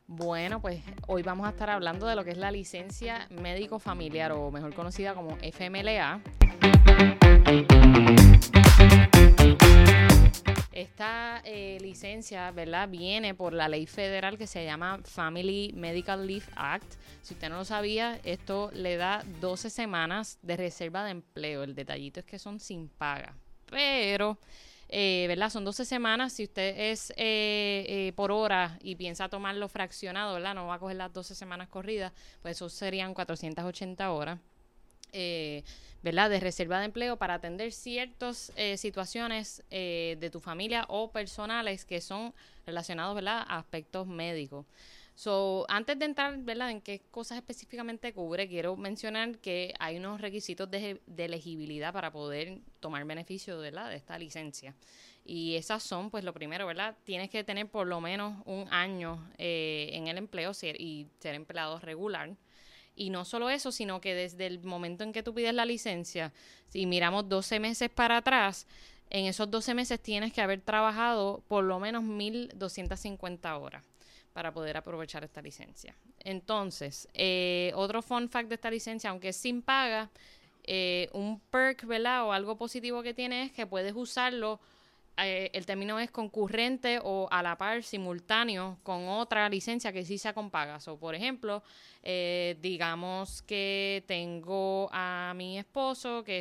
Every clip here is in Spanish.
Bueno, pues hoy vamos a estar hablando de lo que es la licencia médico familiar o mejor conocida como FMLA. Esta licencia, ¿verdad?, viene por la ley federal que se llama Family Medical Leave Act. Si usted no lo sabía, esto le da 12 semanas de reserva de empleo. El detallito es que son sin paga. Pero, ¿verdad? Son 12 semanas. Si usted es por hora y piensa tomarlo fraccionado, ¿verdad? No va a coger las 12 semanas corridas, pues eso serían 480 horas. ¿Verdad? De reserva de empleo para atender ciertas situaciones de tu familia o personales que son relacionados, ¿verdad?, a aspectos médicos. So, antes de entrar, ¿verdad?, en qué cosas específicamente cubre, quiero mencionar que hay unos requisitos de elegibilidad para poder tomar beneficio, ¿verdad?, de esta licencia. Y esas son, pues lo primero, ¿verdad? Tienes que tener por lo menos un año en el empleo y ser empleado regular. Y no solo eso, sino que desde el momento en que tú pides la licencia, si miramos 12 meses para atrás, en esos 12 meses tienes que haber trabajado por lo menos 1,250 horas para poder aprovechar esta licencia. Entonces, otro fun fact de esta licencia, aunque es sin paga, un perk, ¿verdad?, o algo positivo que tiene es que puedes usarlo. El término es concurrente o a la par, simultáneo, con otra licencia que sí sea con pagas. O, por ejemplo, digamos que tengo a mi esposo que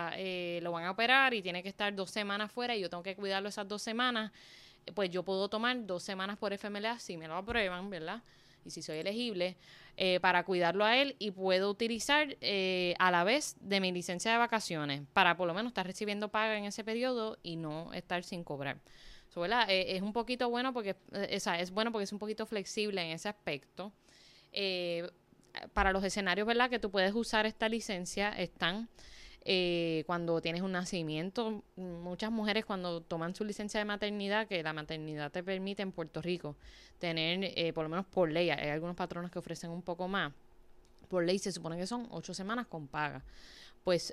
lo van a operar y tiene que estar 2 semanas fuera y yo tengo que cuidarlo esas 2 semanas. Pues yo puedo tomar 2 semanas por FMLA si me lo aprueban, ¿verdad? Y si soy elegible, para cuidarlo a él y puedo utilizar a la vez de mi licencia de vacaciones para por lo menos estar recibiendo paga en ese periodo y no estar sin cobrar. So, ¿verdad? Es un poquito bueno porque, es bueno porque es un poquito flexible en ese aspecto. Eh, para los escenarios, ¿verdad?, que tú puedes usar esta licencia están cuando tienes un nacimiento. Muchas mujeres cuando toman su licencia de maternidad, que la maternidad te permite en Puerto Rico tener, por lo menos por ley, hay algunos patronos que ofrecen un poco más. Por ley se supone que son 8 semanas con paga. Pues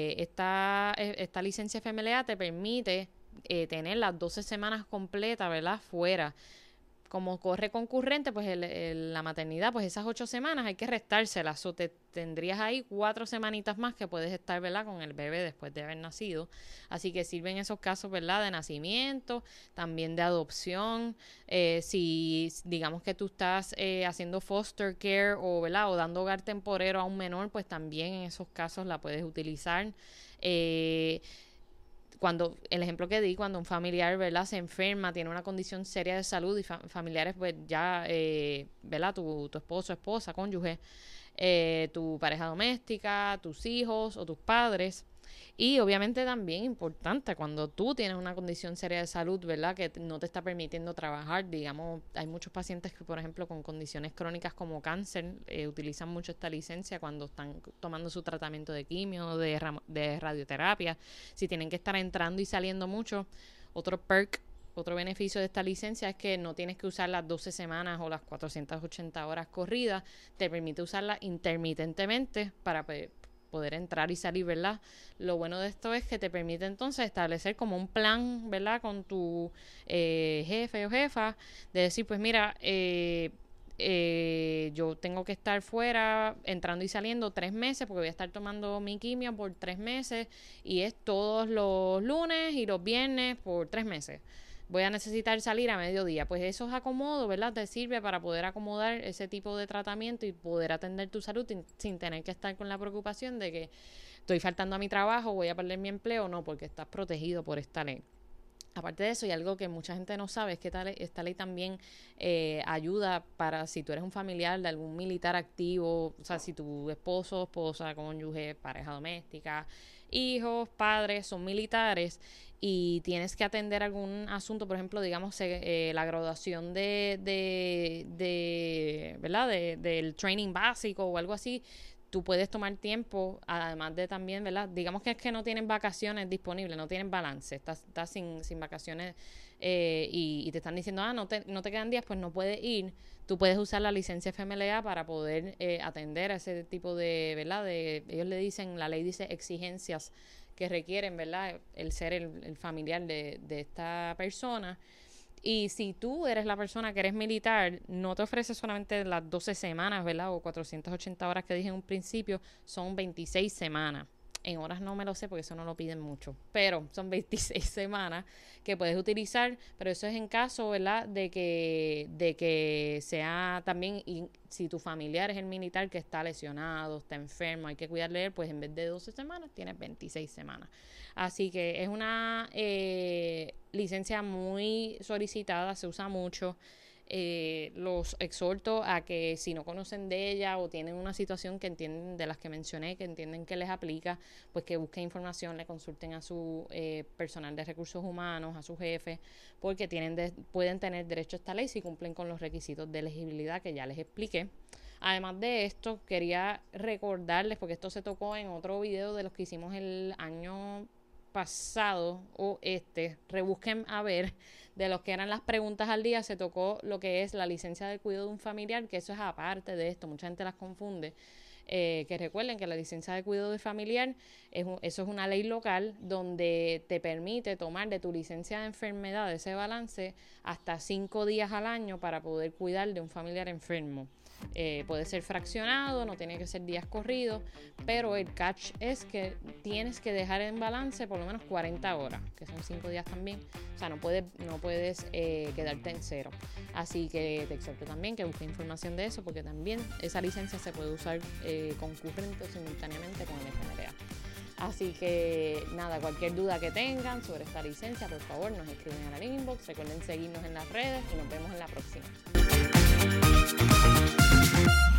esta licencia FMLA te permite tener las 12 semanas completas, ¿verdad?, fuera. Como corre concurrente, pues la maternidad, pues esas 8 semanas hay que restárselas. O te tendrías ahí 4 semanitas más que puedes estar, ¿verdad?, con el bebé después de haber nacido. Así que sirven esos casos, ¿verdad?, de nacimiento, también de adopción. Si digamos que tú estás haciendo foster care o, ¿verdad?, o dando hogar temporero a un menor, pues también en esos casos la puedes utilizar. Cuando el ejemplo que di, cuando un familiar, ¿verdad?, se enferma, tiene una condición seria de salud y familiares, pues ya, ¿verdad?, tu esposo, esposa, cónyuge, tu pareja doméstica, tus hijos o tus padres. Y obviamente también importante cuando tú tienes una condición seria de salud, ¿verdad?, que no te está permitiendo trabajar. Digamos, hay muchos pacientes que, por ejemplo, con condiciones crónicas como cáncer, utilizan mucho esta licencia cuando están tomando su tratamiento de quimio, de radioterapia. Si tienen que estar entrando y saliendo mucho, otro perk, otro beneficio de esta licencia es que no tienes que usar las 12 semanas o las 480 horas corridas. Te permite usarla intermitentemente para poder entrar y salir, ¿verdad? Lo bueno de esto es que te permite entonces establecer como un plan, ¿verdad?, con tu jefe o jefa, de decir, pues mira, yo tengo que estar fuera, entrando y saliendo 3 meses, porque voy a estar tomando mi quimio por 3 meses, y es todos los lunes y los viernes por 3 meses. Voy a necesitar salir a mediodía. Pues eso es acomodo, ¿verdad? Te sirve para poder acomodar ese tipo de tratamiento y poder atender tu salud sin tener que estar con la preocupación de que estoy faltando a mi trabajo, voy a perder mi empleo. No, porque estás protegido por esta ley. Aparte de eso, y algo que mucha gente no sabe, es que esta ley también ayuda para si tú eres un familiar de algún militar activo, o sea, si tu esposo, esposa, cónyuge, pareja doméstica, hijos, padres son militares y tienes que atender algún asunto, por ejemplo, digamos, la graduación ¿verdad?, del training básico o algo así. Tú puedes tomar tiempo, además de también, ¿verdad? Digamos que es que no tienen vacaciones disponibles, no tienen balance, estás sin vacaciones y te están diciendo, no te quedan días, pues no puedes ir. Tú puedes usar la licencia FMLA para poder atender a ese tipo de, ¿verdad? Ellos le dicen, la ley dice exigencias que requieren, ¿verdad?, el ser el familiar de esta persona. Y si tú eres la persona que eres militar, no te ofrece solamente las 12 semanas, ¿verdad? O 480 horas que dije en un principio, son 26 semanas. En horas no me lo sé porque eso no lo piden mucho, pero son 26 semanas que puedes utilizar, pero eso es en caso, ¿verdad? De que sea también, y si tu familiar es el militar que está lesionado, está enfermo, hay que cuidarle de él, pues en vez de 12 semanas, tienes 26 semanas. Así que es una licencia muy solicitada, se usa mucho. Los exhorto a que si no conocen de ella o tienen una situación que entienden, de las que mencioné, que entienden que les aplica, pues que busquen información, le consulten a su personal de recursos humanos, a su jefe, porque pueden tener derecho a esta ley si cumplen con los requisitos de elegibilidad que ya les expliqué. Además de esto, quería recordarles, porque esto se tocó en otro video de los que hicimos el año pasado o rebusquen a ver de los que eran las preguntas al día, se tocó lo que es la licencia de cuidado de un familiar, que eso es aparte de esto, mucha gente las confunde. Que recuerden que la licencia de cuidado de familiar eso es una ley local donde te permite tomar de tu licencia de enfermedad, de ese balance, hasta 5 días al año para poder cuidar de un familiar enfermo. Puede ser fraccionado, no tiene que ser días corridos, pero el catch es que tienes que dejar en balance por lo menos 40 horas, que son 5 días también. O sea, no puedes quedarte en cero. Así que te exhorto también que busques información de eso, porque también esa licencia se puede usar concurrente o simultáneamente con el FMLA. Así que nada, cualquier duda que tengan sobre esta licencia, por favor nos escriben al inbox, recuerden seguirnos en las redes y nos vemos en la próxima.